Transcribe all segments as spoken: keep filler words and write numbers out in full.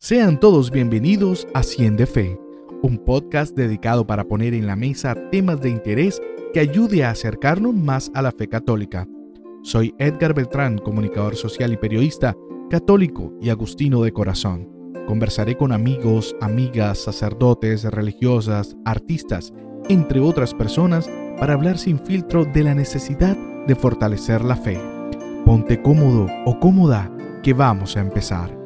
Sean todos bienvenidos a Cien de Fe, un podcast dedicado para poner en la mesa temas de interés que ayude a acercarnos más a la fe católica. Soy Edgar Beltrán, comunicador social y periodista, católico y agustino de corazón. Conversaré con amigos, amigas, sacerdotes, religiosas, artistas, entre otras personas, para hablar sin filtro de la necesidad de fortalecer la fe. Ponte cómodo o cómoda, que vamos a empezar.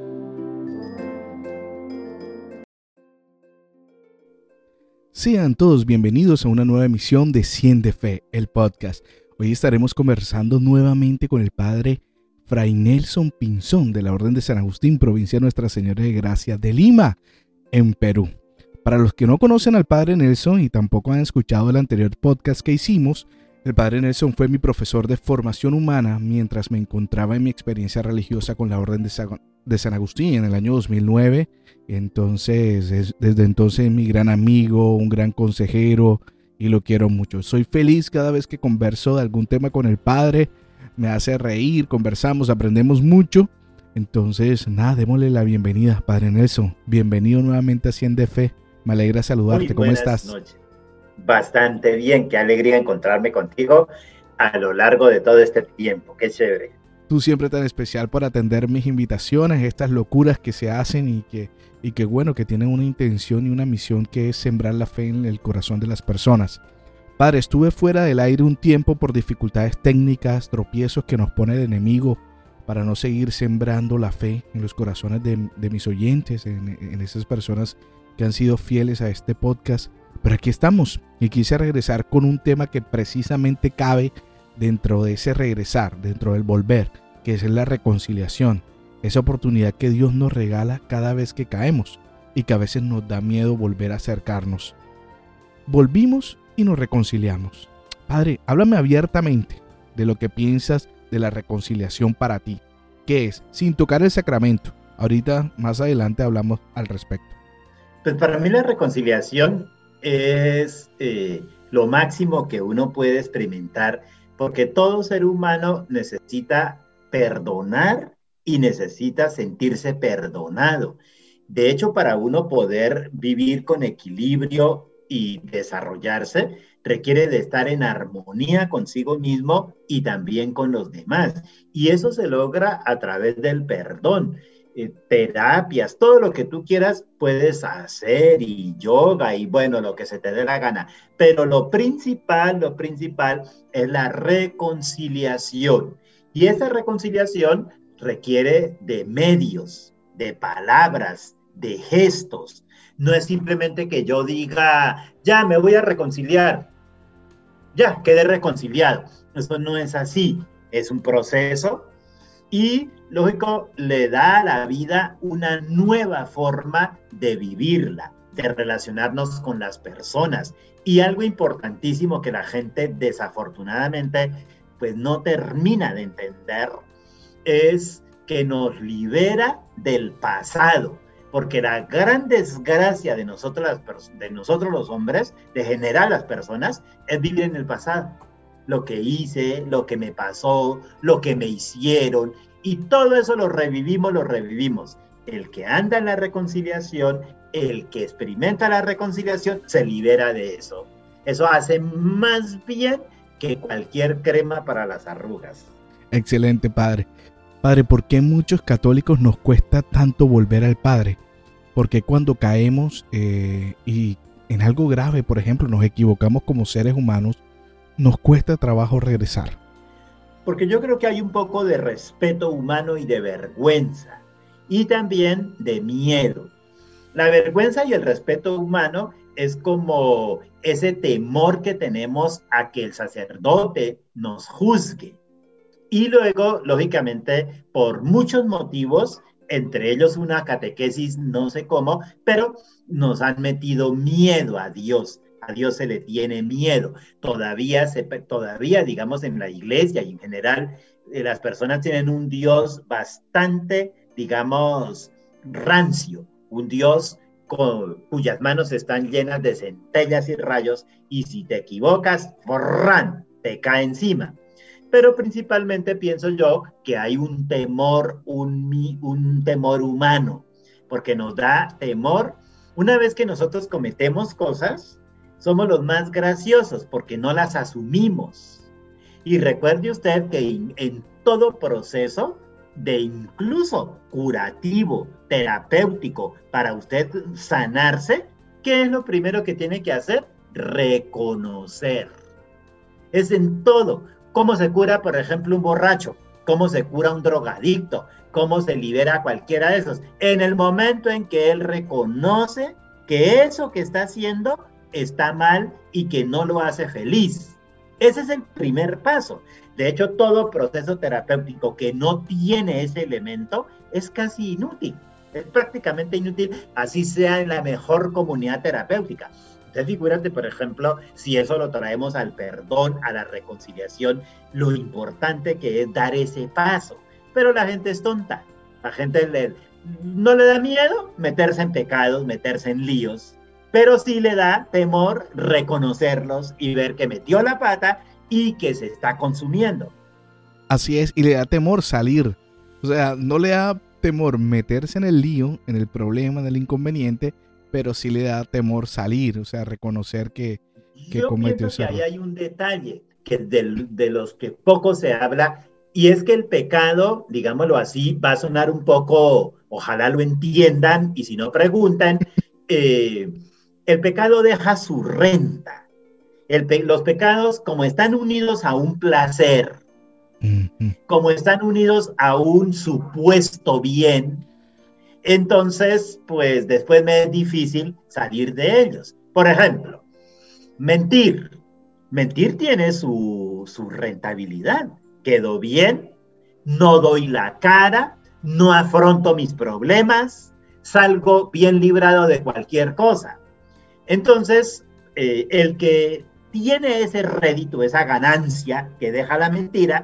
Sean todos bienvenidos a una nueva emisión de Cien de Fe, el podcast. Hoy estaremos conversando nuevamente con el padre Fray Nelson Pinzón de la Orden de San Agustín, provincia de Nuestra Señora de Gracia de Lima, en Perú. Para los que no conocen al padre Nelson y tampoco han escuchado el anterior podcast que hicimos, el padre Nelson fue mi profesor de formación humana mientras me encontraba en mi experiencia religiosa con la Orden de San, de San Agustín en el año dos mil nueve. Entonces, es, desde entonces mi gran amigo, un gran consejero, y lo quiero mucho. Soy feliz cada vez que converso de algún tema con el padre, me hace reír, conversamos, aprendemos mucho. Entonces, nada, démosle la bienvenida, padre Nelson. Bienvenido nuevamente a Cien de Fe. Me alegra saludarte. ¿Cómo estás? Noches. Bastante bien, qué alegría encontrarme contigo a lo largo de todo este tiempo, qué chévere. Tú siempre tan especial por atender mis invitaciones, estas locuras que se hacen y que, y que bueno, que tienen una intención y una misión que es sembrar la fe en el corazón de las personas. Padre, estuve fuera del aire un tiempo por dificultades técnicas, tropiezos que nos pone el enemigo para no seguir sembrando la fe en los corazones de, de mis oyentes, en, en esas personas que han sido fieles a este podcast. Pero aquí estamos y quise regresar con un tema que precisamente cabe dentro de ese regresar, dentro del volver, que es la reconciliación, esa oportunidad que Dios nos regala cada vez que caemos y que a veces nos da miedo volver a acercarnos. Volvimos y nos reconciliamos. Padre, háblame abiertamente de lo que piensas de la reconciliación para ti. ¿Qué es? Sin tocar el sacramento. Ahorita, más adelante, hablamos al respecto. Pues para mí la reconciliación es eh, lo máximo que uno puede experimentar, porque todo ser humano necesita perdonar y necesita sentirse perdonado. De hecho, para uno poder vivir con equilibrio y desarrollarse, requiere de estar en armonía consigo mismo y también con los demás. Y eso se logra a través del perdón. Eh, terapias, todo lo que tú quieras puedes hacer, y yoga, y bueno, lo que se te dé la gana. Pero lo principal, lo principal es la reconciliación. Y esa reconciliación requiere de medios, de palabras, de gestos. No es simplemente que yo diga, ya me voy a reconciliar, ya quedé reconciliado. Eso no es así, es un proceso y, lógico, le da a la vida una nueva forma de vivirla, de relacionarnos con las personas. Y algo importantísimo que la gente desafortunadamente pues no termina de entender es que nos libera del pasado. Porque la gran desgracia de nosotros, las, de nosotros los hombres, de general las personas, es vivir en el pasado. Lo que hice, lo que me pasó, lo que me hicieron, y todo eso lo revivimos, lo revivimos. El que anda en la reconciliación, el que experimenta la reconciliación, se libera de eso. Eso hace más bien que cualquier crema para las arrugas. Excelente, padre. Padre, ¿por qué muchos católicos nos cuesta tanto volver al Padre? Porque cuando caemos eh, y en algo grave, por ejemplo, nos equivocamos como seres humanos, nos cuesta trabajo regresar. Porque yo creo que hay un poco de respeto humano y de vergüenza, y también de miedo. La vergüenza y el respeto humano es como ese temor que tenemos a que el sacerdote nos juzgue. Y luego, lógicamente, por muchos motivos, entre ellos una catequesis, no sé cómo, pero nos han metido miedo a Dios. A Dios se le tiene miedo. Todavía, se, todavía, digamos, en la iglesia y en general, eh, las personas tienen un Dios bastante, digamos, rancio. Un Dios con, cuyas manos están llenas de centellas y rayos, y si te equivocas, ¡forrán!, te cae encima. Pero principalmente pienso yo que hay un temor, un, un temor humano. porque nos da temor. Una vez que nosotros cometemos cosas, somos los más graciosos porque no las asumimos. Y recuerde usted que en, en todo proceso de incluso curativo, terapéutico, para usted sanarse, ¿qué es lo primero que tiene que hacer? Reconocer. Es en todo. ¿Cómo se cura, por ejemplo, un borracho? ¿Cómo se cura un drogadicto? ¿Cómo se libera cualquiera de esos? En el momento en que él reconoce que eso que está haciendo está mal y que no lo hace feliz. Ese es el primer paso. De hecho, todo proceso terapéutico que no tiene ese elemento es casi inútil. Es prácticamente inútil, así sea en la mejor comunidad terapéutica. Entonces, figúrate, por ejemplo, si eso lo traemos al perdón, a la reconciliación, lo importante que es dar ese paso. Pero la gente es tonta. La gente le, no le da miedo meterse en pecados, meterse en líos, pero sí le da temor reconocerlos y ver que metió la pata y que se está consumiendo. Así es, y le da temor salir. O sea, no le da temor meterse en el lío, en el problema, en el inconveniente, pero sí le da temor salir, o sea, reconocer que, que Yo cometió pienso ese que error. ahí hay un detalle que de, de los que poco se habla, y es que el pecado, digámoslo así, va a sonar un poco, ojalá lo entiendan, y si no preguntan, eh, el pecado deja su renta. El pe- los pecados, como están unidos a un placer, Uh-huh. como están unidos a un supuesto bien, entonces, pues después me es difícil salir de ellos. Por ejemplo, mentir. Mentir tiene su, su rentabilidad. Quedo bien, no doy la cara, no afronto mis problemas, salgo bien librado de cualquier cosa. Entonces, eh, el que tiene ese rédito, esa ganancia que deja la mentira,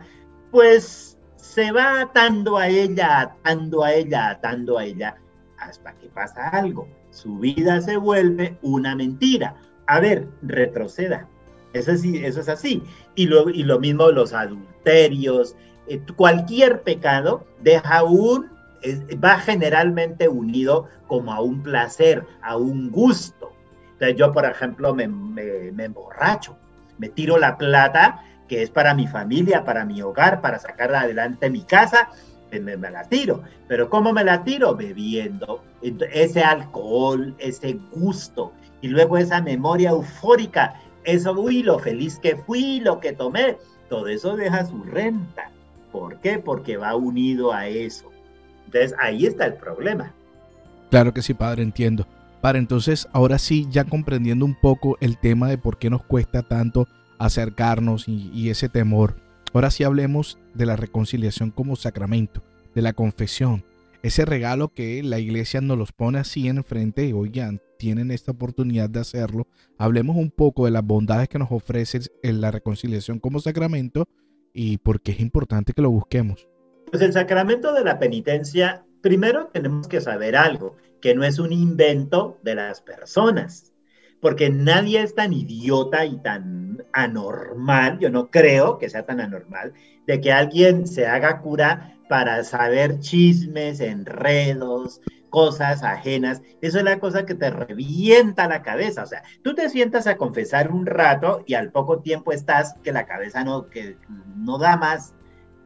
pues se va atando a ella, atando a ella, atando a ella, hasta que pasa algo. Su vida se vuelve una mentira. A ver, retroceda. Eso es, eso es así. Y lo, y lo mismo los adulterios, eh, cualquier pecado deja un, es, va generalmente unido como a un placer, a un gusto. Entonces yo, por ejemplo, me, me, me emborracho, me tiro la plata que es para mi familia, para mi hogar, para sacar adelante mi casa, me, me la tiro. Pero ¿cómo me la tiro? Bebiendo. Ese alcohol, ese gusto, y luego esa memoria eufórica, eso, uy, lo feliz que fui, lo que tomé, todo eso deja su renta. ¿Por qué? Porque va unido a eso. Entonces, ahí está el problema. Claro que sí, padre, entiendo. Padre, entonces, ahora sí, ya comprendiendo un poco el tema de por qué nos cuesta tanto acercarnos y, y ese temor, ahora sí hablemos de la reconciliación como sacramento, de la confesión, ese regalo que la iglesia nos los pone así enfrente y oigan, tienen esta oportunidad de hacerlo. Hablemos un poco de las bondades que nos ofrece en la reconciliación como sacramento y por qué es importante que lo busquemos. Pues el sacramento de la penitencia, primero tenemos que saber algo, que no es un invento de las personas, porque nadie es tan idiota y tan anormal, yo no creo que sea tan anormal, de que alguien se haga cura para saber chismes, enredos, cosas ajenas. Eso es la cosa que te revienta la cabeza. O sea, tú te sientas a confesar un rato y al poco tiempo estás que la cabeza no, que no da más.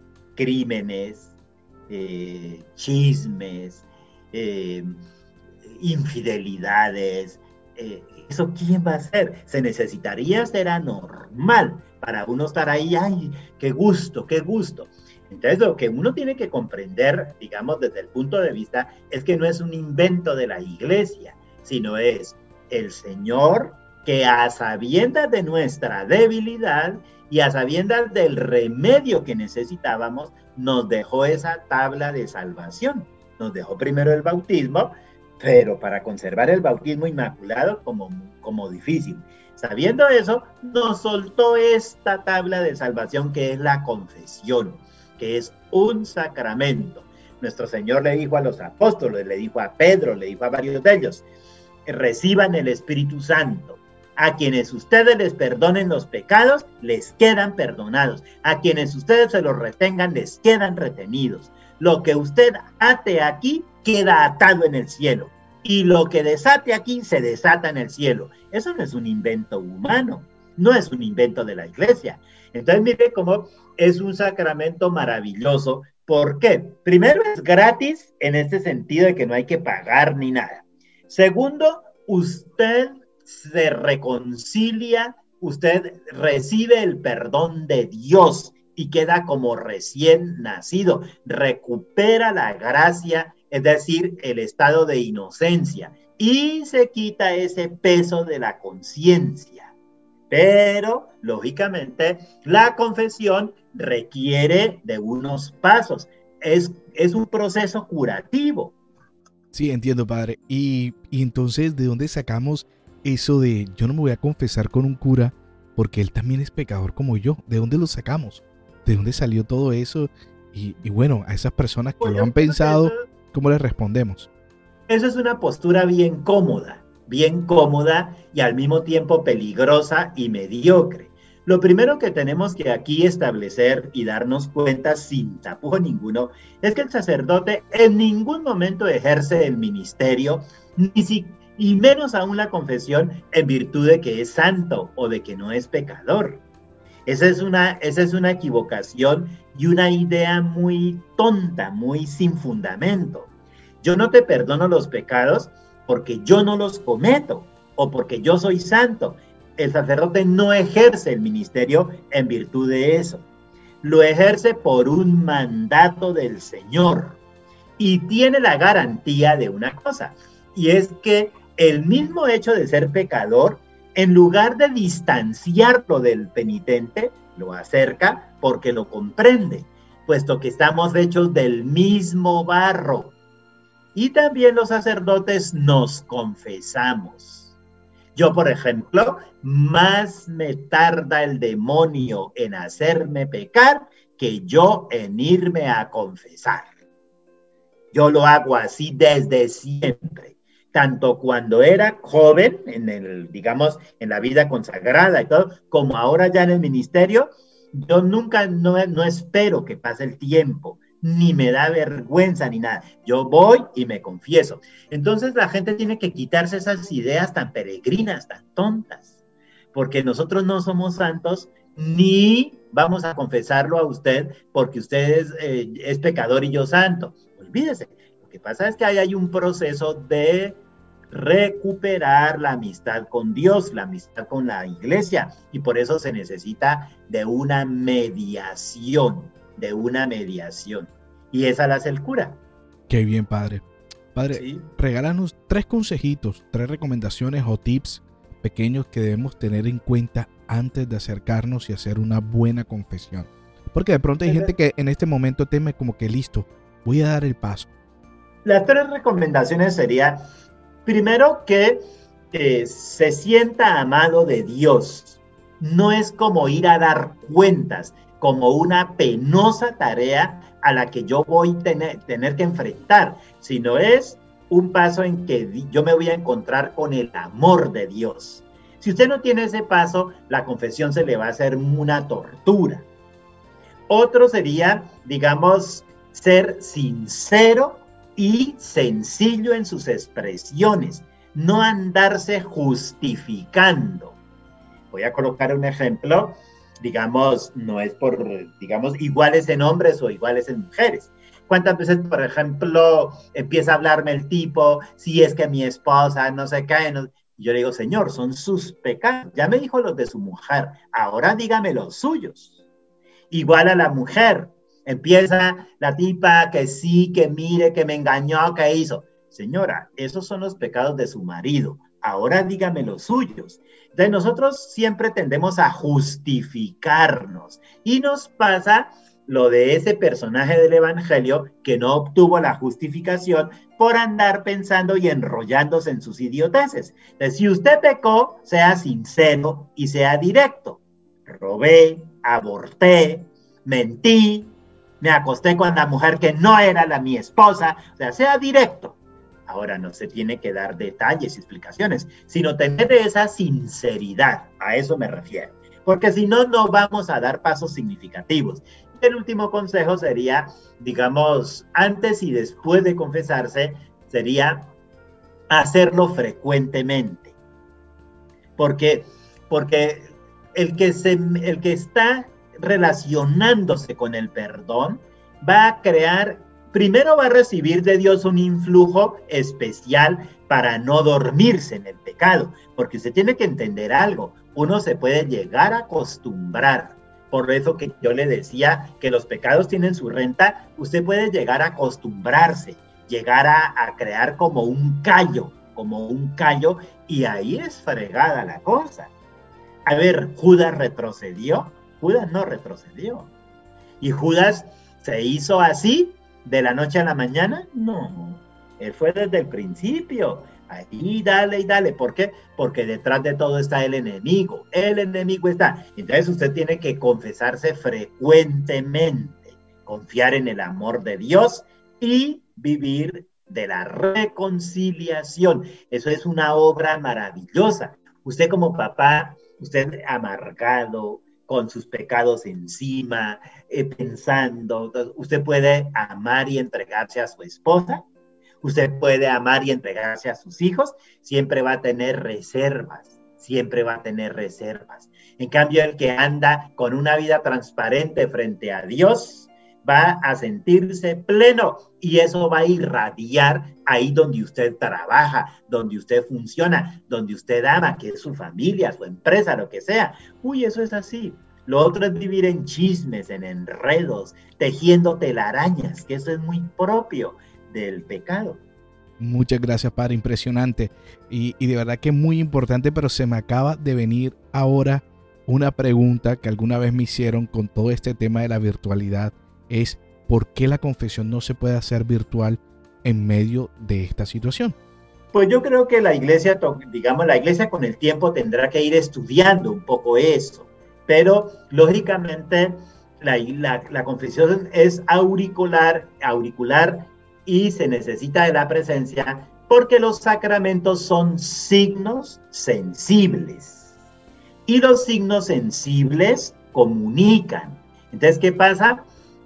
Crímenes, eh, chismes, eh, infidelidades. Eh, ¿Eso quién va a hacer? Se necesitaría ser anormal para uno estar ahí, ¡ay, qué gusto, qué gusto! Entonces, lo que uno tiene que comprender, digamos, desde el punto de vista, es que no es un invento de la iglesia, sino es el Señor que a sabiendas de nuestra debilidad y a sabiendas del remedio que necesitábamos, nos dejó esa tabla de salvación. Nos dejó primero el bautismo, pero para conservar el bautismo inmaculado como, como difícil. Sabiendo eso, nos soltó esta tabla de salvación que es la confesión, que es un sacramento. Nuestro Señor le dijo a los apóstoles, le dijo a Pedro, le dijo a varios de ellos, reciban el Espíritu Santo. A quienes ustedes les perdonen los pecados, les quedan perdonados. A quienes ustedes se los retengan, les quedan retenidos. lo que usted ate aquí queda atado en el cielo, y lo que desate aquí se desata en el cielo. Eso no es un invento humano, no es un invento de la iglesia. Entonces mire cómo es un sacramento maravilloso. ¿Por qué? Primero, es gratis en este sentido de que no hay que pagar ni nada. Segundo, usted se reconcilia, usted recibe el perdón de Dios y queda como recién nacido, recupera la gracia, es decir, el estado de inocencia, y se quita ese peso de la conciencia. Pero, lógicamente, la confesión requiere de unos pasos, es, es un proceso curativo. Sí, entiendo, padre. Y, y entonces, ¿de dónde sacamos eso de yo no me voy a confesar con un cura porque él también es pecador como yo? ¿De dónde lo sacamos? ¿De dónde salió todo eso? Y, y bueno, a esas personas que pues lo han pensado, eso, ¿cómo les respondemos? Eso es una postura bien cómoda, bien cómoda y al mismo tiempo peligrosa y mediocre. Lo primero que tenemos que aquí establecer y darnos cuenta sin tapujo ninguno es que el sacerdote en ningún momento ejerce el ministerio, ni si, y menos aún la confesión, en virtud de que es santo o de que no es pecador. Esa es una, esa es una equivocación y una idea muy tonta, muy sin fundamento. Yo no te perdono los pecados porque yo no los cometo o porque yo soy santo. El sacerdote no ejerce el ministerio en virtud de eso. Lo ejerce por un mandato del Señor y tiene la garantía de una cosa, y es que el mismo hecho de ser pecador, en lugar de distanciarlo del penitente, lo acerca porque lo comprende, puesto que estamos hechos del mismo barro. Y también los sacerdotes nos confesamos. Yo, por ejemplo, más me tarda el demonio en hacerme pecar que yo en irme a confesar. Yo lo hago así desde siempre. Tanto cuando era joven, en el, digamos, en la vida consagrada y todo, como ahora ya en el ministerio, yo nunca, no, no espero que pase el tiempo, ni me da vergüenza ni nada. Yo voy y me confieso. Entonces la gente tiene que quitarse esas ideas tan peregrinas, tan tontas, porque nosotros no somos santos, ni vamos a confesarlo a usted porque usted es, eh, es pecador y yo santo. Olvídese. Lo que pasa es que ahí hay un proceso de recuperar la amistad con Dios, la amistad con la iglesia, y por eso se necesita de una mediación, de una mediación, y esa la hace el cura. Qué bien, padre. Padre, ¿sí? Regálanos tres consejitos, tres recomendaciones o tips pequeños que debemos tener en cuenta antes de acercarnos y hacer una buena confesión. Porque de pronto hay gente que en este momento teme como que listo, voy a dar el paso. Las tres recomendaciones serían, primero, que eh, se sienta amado de Dios. No es como ir a dar cuentas, como una penosa tarea a la que yo voy a tener, tener que enfrentar, sino es un paso en que yo me voy a encontrar con el amor de Dios. Si usted no tiene ese paso, la confesión se le va a hacer una tortura. Otro sería, digamos, ser sincero y sencillo en sus expresiones, no andarse justificando. Voy a colocar un ejemplo, digamos, no es por, digamos, iguales en hombres o iguales en mujeres. ¿Cuántas veces, por ejemplo, empieza a hablarme el tipo, si es que mi esposa no se cae? No... Yo le digo, señor, son sus pecados. Ya me dijo los de su mujer, ahora dígame los suyos. Igual a la mujer. Empieza la tipa que sí, que mire, que me engañó, que hizo. Señora, esos son los pecados de su marido. Ahora dígame los suyos. Entonces nosotros siempre tendemos a justificarnos. Y nos pasa lo de ese personaje del Evangelio que no obtuvo la justificación por andar pensando y enrollándose en sus idioteces. Entonces, si usted pecó, sea sincero y sea directo. Robé, aborté, mentí, me acosté con la mujer que no era la mi esposa, o sea, sea directo. Ahora no se tiene que dar detalles y explicaciones, sino tener esa sinceridad, a eso me refiero. Porque si no, no vamos a dar pasos significativos. El último consejo sería, digamos, antes y después de confesarse, sería hacerlo frecuentemente. Porque, porque el que, se, el que está relacionándose con el perdón va a crear, primero va a recibir de Dios un influjo especial para no dormirse en el pecado, porque usted tiene que entender algo, uno se puede llegar a acostumbrar, por eso que yo le decía que los pecados tienen su renta, usted puede llegar a acostumbrarse, llegar a, a crear como un callo, como un callo, y ahí es fregada la cosa. A ver, Judas retrocedió, Judas no retrocedió, y Judas se hizo así de la noche a la mañana, no, él fue desde el principio, ahí dale y dale, ¿por qué? Porque detrás de todo está el enemigo, el enemigo está, entonces usted tiene que confesarse frecuentemente, confiar en el amor de Dios y vivir de la reconciliación, eso es una obra maravillosa, usted como papá, usted amargado, con sus pecados encima, eh, pensando, usted puede amar y entregarse a su esposa, usted puede amar y entregarse a sus hijos, siempre va a tener reservas, siempre va a tener reservas. En cambio, el que anda con una vida transparente frente a Dios, va a sentirse pleno y eso va a irradiar ahí donde usted trabaja, donde usted funciona, donde usted ama, que es su familia, su empresa, lo que sea. Uy, eso es así. Lo otro es vivir en chismes, en enredos, tejiendo telarañas, que eso es muy propio del pecado. Muchas gracias, padre, impresionante. Y, y de verdad que es muy importante, pero se me acaba de venir ahora una pregunta que alguna vez me hicieron con todo este tema de la virtualidad. Es ¿por qué la confesión no se puede hacer virtual en medio de esta situación? Pues yo creo que la iglesia, digamos, la iglesia con el tiempo tendrá que ir estudiando un poco eso, pero lógicamente la, la, la confesión es auricular, auricular y se necesita de la presencia porque los sacramentos son signos sensibles y los signos sensibles comunican. Entonces, ¿qué pasa?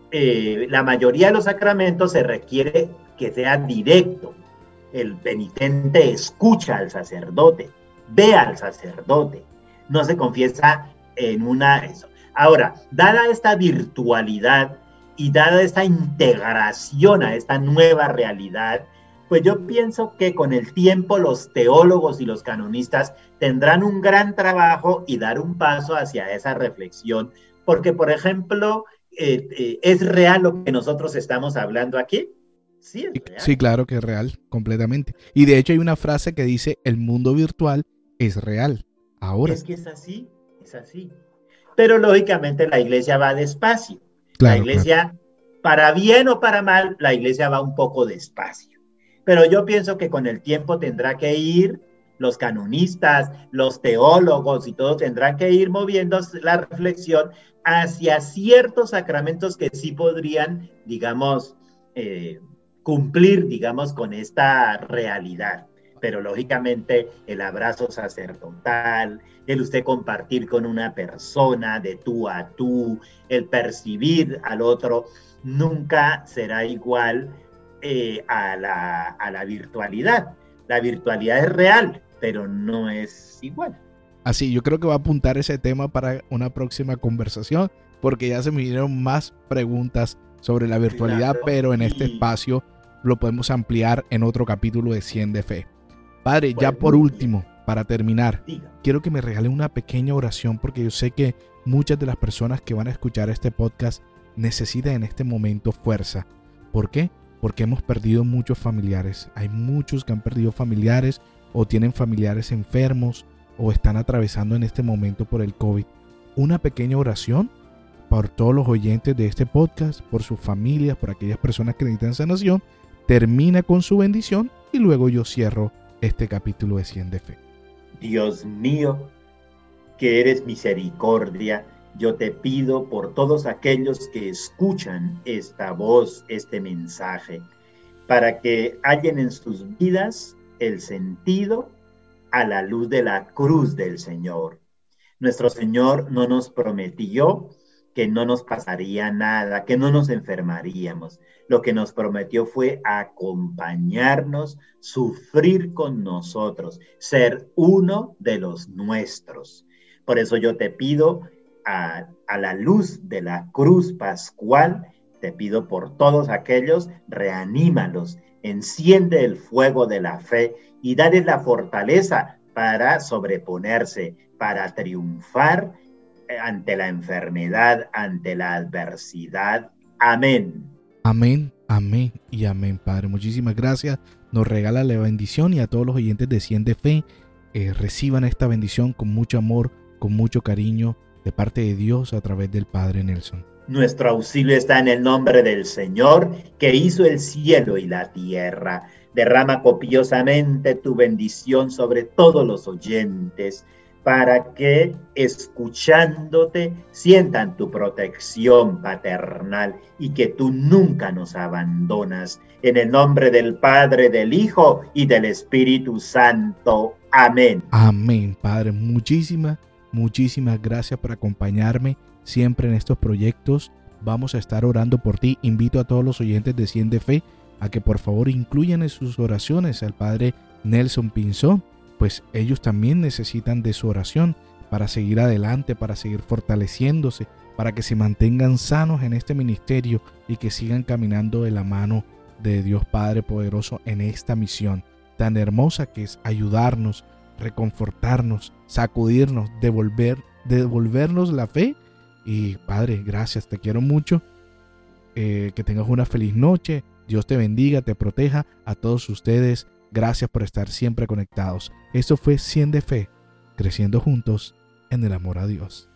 Eh, la mayoría de los sacramentos se requiere que sea directo. El penitente escucha al sacerdote, ve al sacerdote, no se confiesa en una... Eso. Ahora, dada esta virtualidad y dada esta integración a esta nueva realidad, pues yo pienso que con el tiempo los teólogos y los canonistas tendrán un gran trabajo y dar un paso hacia esa reflexión, porque, por ejemplo, Eh, eh, ¿es real lo que nosotros estamos hablando aquí? Sí, es real. Sí, claro que es real, completamente. Y de hecho hay una frase que dice, el mundo virtual es real, ahora. Es que es así, es así. Pero lógicamente la iglesia va despacio. Claro, la iglesia, claro. para bien o para mal, la iglesia va un poco despacio. Pero yo pienso que con el tiempo tendrá que ir, los canonistas, los teólogos y todo tendrán que ir moviendo la reflexión hacia ciertos sacramentos que sí podrían, digamos, eh, cumplir, digamos, con esta realidad. Pero lógicamente el abrazo sacerdotal, el usted compartir con una persona de tú a tú, el percibir al otro, nunca será igual eh, a, la, a la virtualidad. La virtualidad es real, pero no es igual. Así, yo creo que va a apuntar ese tema para una próxima conversación, porque ya se me vinieron más preguntas sobre la virtualidad, claro, pero en este espacio lo podemos ampliar en otro capítulo de cien de Fe. Padre, pues ya por último, bien. Para terminar, Diga. Quiero que me regale una pequeña oración, porque yo sé que muchas de las personas que van a escuchar este podcast necesitan en este momento fuerza. ¿Por qué? Porque hemos perdido muchos familiares. Hay muchos que han perdido familiares o tienen familiares enfermos o están atravesando en este momento por el COVID. Una pequeña oración por todos los oyentes de este podcast, por sus familias, por aquellas personas que necesitan sanación. Termina con su bendición y luego yo cierro este capítulo de cien de Fe. Dios mío, que eres misericordia, yo te pido por todos aquellos que escuchan esta voz, este mensaje, para que hallen en sus vidas el sentido a la luz de la cruz del Señor. Nuestro Señor no nos prometió que no nos pasaría nada, que no nos enfermaríamos. Lo que nos prometió fue acompañarnos, sufrir con nosotros, ser uno de los nuestros. Por eso yo te pido, a, a la luz de la cruz pascual, te pido por todos aquellos, reanímalos, enciende el fuego de la fe y dales la fortaleza para sobreponerse, para triunfar ante la enfermedad, ante la adversidad. Amén. Amén, amén y amén, Padre. Muchísimas gracias. Nos regala la bendición y a todos los oyentes de Cien de Fe eh, reciban esta bendición con mucho amor, con mucho cariño de parte de Dios a través del Padre Nelson. Nuestro auxilio está en el nombre del Señor, que hizo el cielo y la tierra. Derrama copiosamente tu bendición sobre todos los oyentes, para que, escuchándote, sientan tu protección paternal y que tú nunca nos abandonas. En el nombre del Padre, del Hijo y del Espíritu Santo. Amén. Amén, Padre. Muchísimas, muchísimas gracias por acompañarme siempre en estos proyectos. Vamos a estar orando por ti. Invito a todos los oyentes de Cien de Fe a que por favor incluyan en sus oraciones al Padre Nelson Pinzón, pues ellos también necesitan de su oración para seguir adelante, para seguir fortaleciéndose, para que se mantengan sanos en este ministerio y que sigan caminando de la mano de Dios Padre Poderoso en esta misión tan hermosa que es ayudarnos, reconfortarnos, sacudirnos, devolver, devolvernos la fe. Y Padre, gracias, te quiero mucho, eh, que tengas una feliz noche, Dios te bendiga, te proteja a todos ustedes. Gracias por estar siempre conectados. Esto fue Cien de Fe, creciendo juntos en el amor a Dios.